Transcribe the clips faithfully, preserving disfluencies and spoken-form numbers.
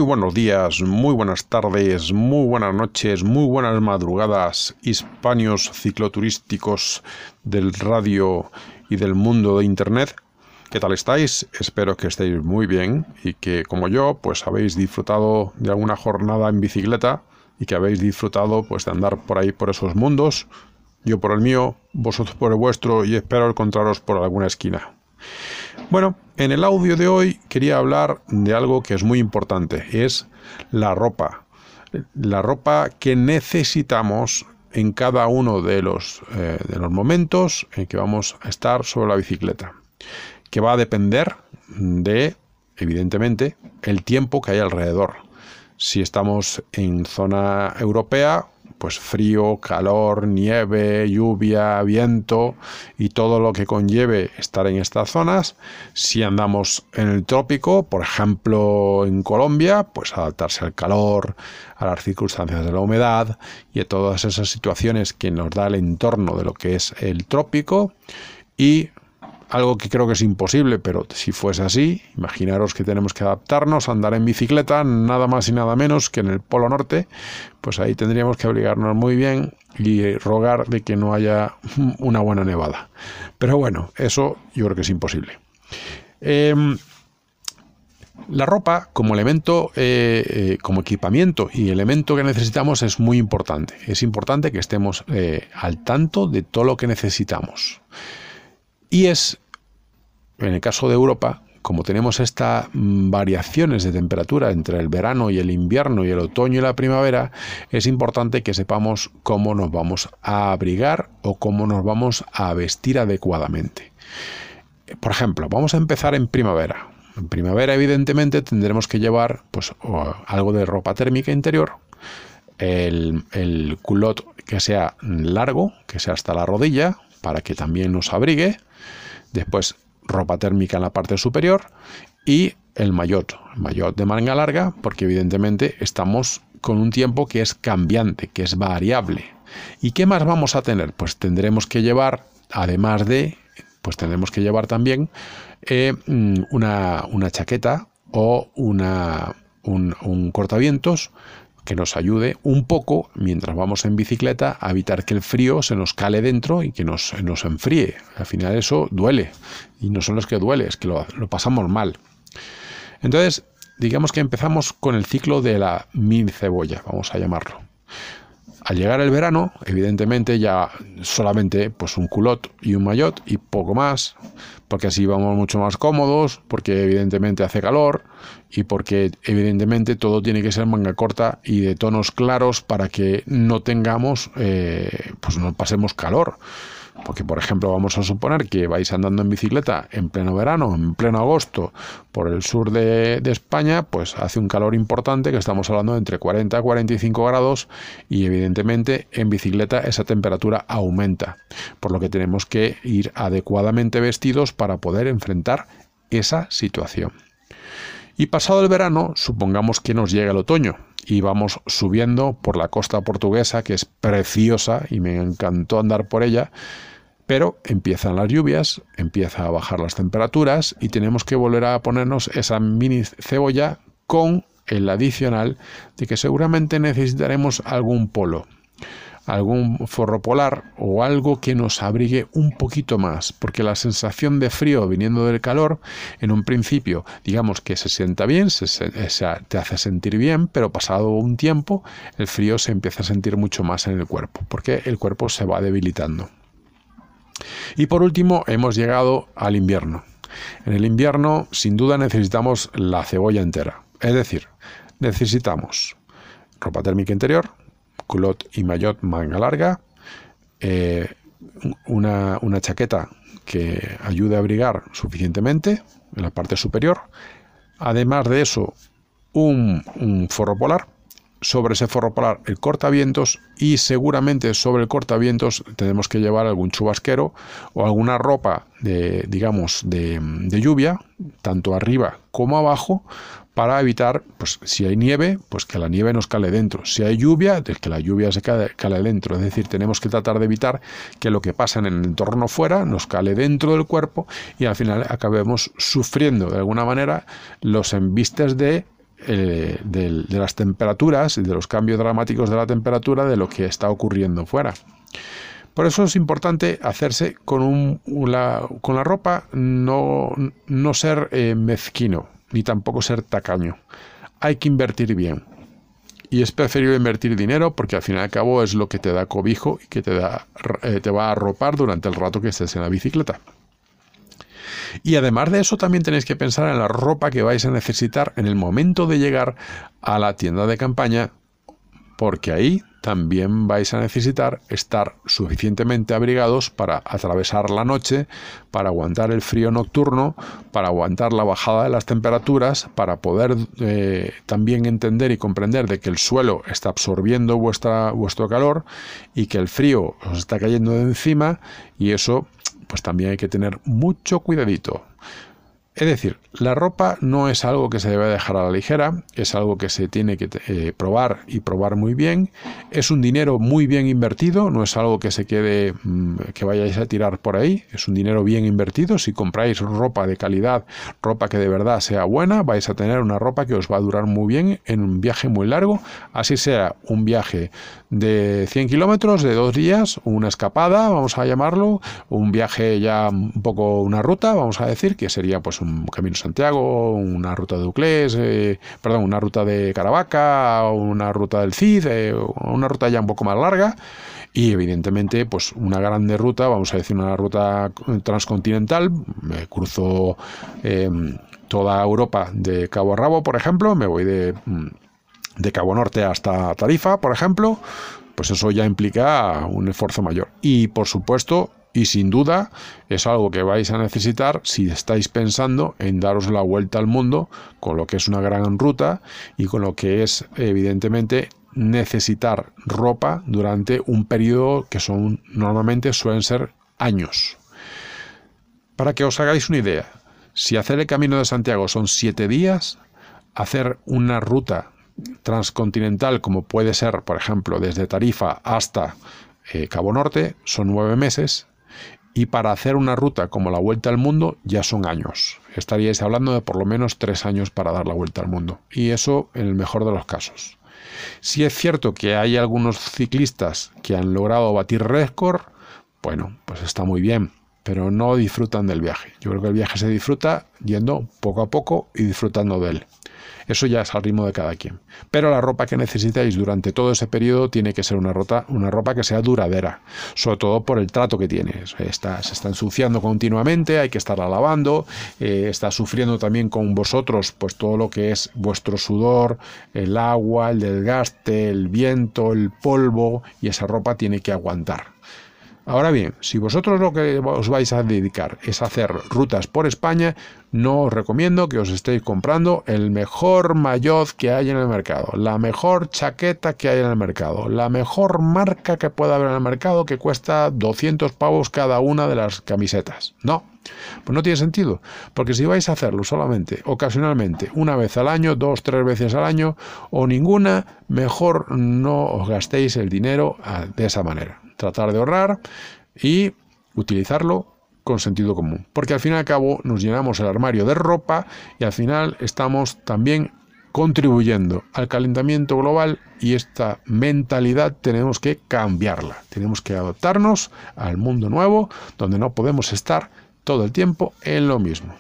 buenos días, muy buenas tardes, muy buenas noches, muy buenas madrugadas, hispanios cicloturísticos del radio y del mundo de Internet. ¿Qué tal estáis? Espero que estéis muy bien y que, como yo, pues habéis disfrutado de alguna jornada en bicicleta y que habéis disfrutado pues de andar por ahí por esos mundos. Yo por el mío, vosotros por el vuestro y espero encontraros por alguna esquina. Bueno, en el audio de hoy quería hablar de algo que es muy importante, es la ropa. La ropa que necesitamos en cada uno de los, eh, de los momentos en que vamos a estar sobre la bicicleta, que va a depender de, evidentemente, el tiempo que hay alrededor. Si estamos en zona europea, pues frío, calor, nieve, lluvia, viento y todo lo que conlleve estar en estas zonas. Si andamos en el trópico, por ejemplo en Colombia, pues adaptarse al calor, a las circunstancias de la humedad y a todas esas situaciones que nos da el entorno de lo que es el trópico. Y algo que creo que es imposible, pero si fuese así, imaginaros que tenemos que adaptarnos a andar en bicicleta, nada más y nada menos que en el Polo Norte, pues ahí tendríamos que abrigarnos muy bien y rogar de que no haya una buena nevada. Pero bueno, eso yo creo que es imposible. Eh, la ropa como elemento, eh, eh, como equipamiento y elemento que necesitamos es muy importante. Es importante que estemos eh, al tanto de todo lo que necesitamos. Y es, en el caso de Europa, como tenemos estas variaciones de temperatura entre el verano y el invierno y el otoño y la primavera, es importante que sepamos cómo nos vamos a abrigar o cómo nos vamos a vestir adecuadamente. Por ejemplo, vamos a empezar en primavera. En primavera, evidentemente, tendremos que llevar pues, algo de ropa térmica interior, el, el culot que sea largo, que sea hasta la rodilla, para que también nos abrigue. Después ropa térmica en la parte superior y el maillot, el maillot de manga larga, porque evidentemente estamos con un tiempo que es cambiante, que es variable. ¿Y qué más vamos a tener? Pues tendremos que llevar, además de, pues tendremos que llevar también eh, una, una chaqueta o una, un, un cortavientos que nos ayude un poco, mientras vamos en bicicleta, a evitar que el frío se nos cale dentro y que nos, nos enfríe. Al final eso duele. Y no solo es que duele, es que lo, lo pasamos mal. Entonces, digamos que empezamos con el ciclo de la mini cebolla, vamos a llamarlo. Al llegar el verano, evidentemente ya solamente pues un culot y un maillot y poco más, porque así vamos mucho más cómodos, porque evidentemente hace calor y porque evidentemente todo tiene que ser manga corta y de tonos claros para que no tengamos, eh, pues no pasemos calor. Porque, por ejemplo, vamos a suponer que vais andando en bicicleta en pleno verano, en pleno agosto, por el sur de, de España, pues hace un calor importante, que estamos hablando de entre cuarenta a cuarenta y cinco grados, y evidentemente en bicicleta esa temperatura aumenta, por lo que tenemos que ir adecuadamente vestidos para poder enfrentar esa situación. Y pasado el verano, supongamos que nos llega el otoño y vamos subiendo por la costa portuguesa, que es preciosa y me encantó andar por ella, pero empiezan las lluvias, empieza a bajar las temperaturas y tenemos que volver a ponernos esa mini cebolla con el adicional de que seguramente necesitaremos algún polo, algún forro polar o algo que nos abrigue un poquito más, porque la sensación de frío viniendo del calor, en un principio, digamos que se sienta bien, se, se, te hace sentir bien, pero pasado un tiempo, el frío se empieza a sentir mucho más en el cuerpo, porque el cuerpo se va debilitando. Y por último, hemos llegado al invierno. En el invierno, sin duda, necesitamos la cebolla entera, es decir, necesitamos ropa térmica interior, culot y maillot manga larga, eh, una, una chaqueta que ayude a abrigar suficientemente en la parte superior, además de eso un, un forro polar, sobre ese forro polar el cortavientos y seguramente sobre el cortavientos tenemos que llevar algún chubasquero o alguna ropa de, digamos, de, de lluvia, tanto arriba como abajo, para evitar, pues si hay nieve, pues que la nieve nos cale dentro. Si hay lluvia, del que la lluvia se cale, cale dentro. Es decir, tenemos que tratar de evitar que lo que pasa en el entorno fuera nos cale dentro del cuerpo y al final acabemos sufriendo de alguna manera los embistes de eh, de, de las temperaturas y de los cambios dramáticos de la temperatura de lo que está ocurriendo fuera. Por eso es importante hacerse con, un, la, con la ropa, no, no ser eh, mezquino, ni tampoco ser tacaño. Hay que invertir bien. Y es preferible invertir dinero porque al fin y al cabo es lo que te da cobijo y que te, da, eh, te va a arropar durante el rato que estés en la bicicleta. Y además de eso también tenéis que pensar en la ropa que vais a necesitar en el momento de llegar a la tienda de campaña, porque ahí también vais a necesitar estar suficientemente abrigados para atravesar la noche, para aguantar el frío nocturno, para aguantar la bajada de las temperaturas, para poder eh, también entender y comprender de que el suelo está absorbiendo vuestra, vuestro calor y que el frío os está cayendo de encima, y eso pues también hay que tener mucho cuidadito. Es decir, la ropa no es algo que se debe dejar a la ligera, es algo que se tiene que eh, probar y probar muy bien. Es un dinero muy bien invertido, no es algo que se quede, mmm, que vayáis a tirar por ahí, es un dinero bien invertido. Si compráis ropa de calidad, ropa que de verdad sea buena, vais a tener una ropa que os va a durar muy bien en un viaje muy largo, así sea un viaje de cien kilómetros, de dos días, una escapada, vamos a llamarlo, un viaje ya un poco, una ruta, vamos a decir, que sería pues un Camino Santiago, una ruta de Uclés, eh, perdón, una ruta de Caravaca, una ruta del Cid, eh, una ruta ya un poco más larga, y evidentemente pues una grande ruta, vamos a decir una ruta transcontinental. Me cruzo eh, toda Europa de cabo a rabo, por ejemplo, me voy de, de Cabo Norte hasta Tarifa, por ejemplo, pues eso ya implica un esfuerzo mayor. Y por supuesto, y sin duda, es algo que vais a necesitar si estáis pensando en daros la vuelta al mundo, con lo que es una gran ruta y con lo que es, evidentemente, necesitar ropa durante un periodo que son normalmente suelen ser años. Para que os hagáis una idea, si hacer el Camino de Santiago son siete días, hacer una ruta transcontinental como puede ser, por ejemplo, desde Tarifa hasta eh, Cabo Norte, son nueve meses. Y para hacer una ruta como la Vuelta al Mundo ya son años. Estaríais hablando de por lo menos tres años para dar la vuelta al mundo. Y eso en el mejor de los casos. Si es cierto que hay algunos ciclistas que han logrado batir récord, bueno, pues está muy bien, pero no disfrutan del viaje. Yo creo que el viaje se disfruta yendo poco a poco y disfrutando de él. Eso ya es al ritmo de cada quien. Pero la ropa que necesitáis durante todo ese periodo tiene que ser una, rota, una ropa que sea duradera, sobre todo por el trato que tiene. Está, se está ensuciando continuamente, hay que estarla lavando, eh, está sufriendo también con vosotros pues todo lo que es vuestro sudor, el agua, el desgaste, el viento, el polvo, y esa ropa tiene que aguantar. Ahora bien, si vosotros lo que os vais a dedicar es a hacer rutas por España, no os recomiendo que os estéis comprando el mejor maillot que hay en el mercado, la mejor chaqueta que hay en el mercado, la mejor marca que pueda haber en el mercado que cuesta doscientos pavos cada una de las camisetas. No, pues no tiene sentido, porque si vais a hacerlo solamente, ocasionalmente, una vez al año, dos, tres veces al año o ninguna, mejor no os gastéis el dinero de esa manera. Tratar de ahorrar y utilizarlo con sentido común, porque al fin y al cabo nos llenamos el armario de ropa y al final estamos también contribuyendo al calentamiento global, y esta mentalidad tenemos que cambiarla, tenemos que adaptarnos al mundo nuevo donde no podemos estar todo el tiempo en lo mismo.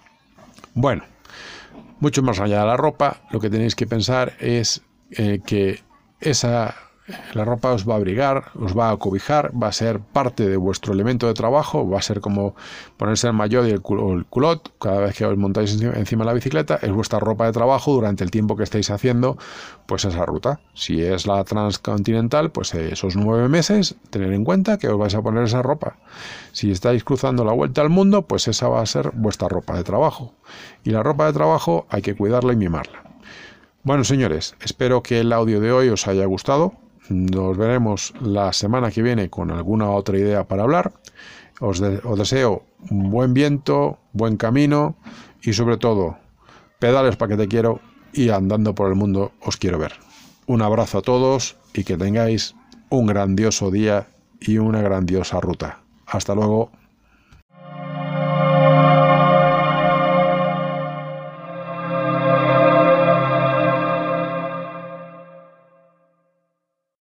Bueno, mucho más allá de la ropa, lo que tenéis que pensar es eh, que esa la ropa os va a abrigar, os va a cobijar, va a ser parte de vuestro elemento de trabajo, va a ser como ponerse el maillot y el, cul el culot cada vez que os montáis encima, encima de la bicicleta. Es vuestra ropa de trabajo durante el tiempo que estáis haciendo pues esa ruta. Si es la transcontinental, pues esos nueve meses, tener en cuenta que os vais a poner esa ropa. Si estáis cruzando la vuelta al mundo, pues esa va a ser vuestra ropa de trabajo. Y la ropa de trabajo hay que cuidarla y mimarla. Bueno, señores, espero que el audio de hoy os haya gustado. Nos veremos la semana que viene con alguna otra idea para hablar. Os, de, os deseo un buen viento, buen camino y sobre todo, pedales para que te quiero, y andando por el mundo os quiero ver. Un abrazo a todos y que tengáis un grandioso día y una grandiosa ruta. Hasta luego.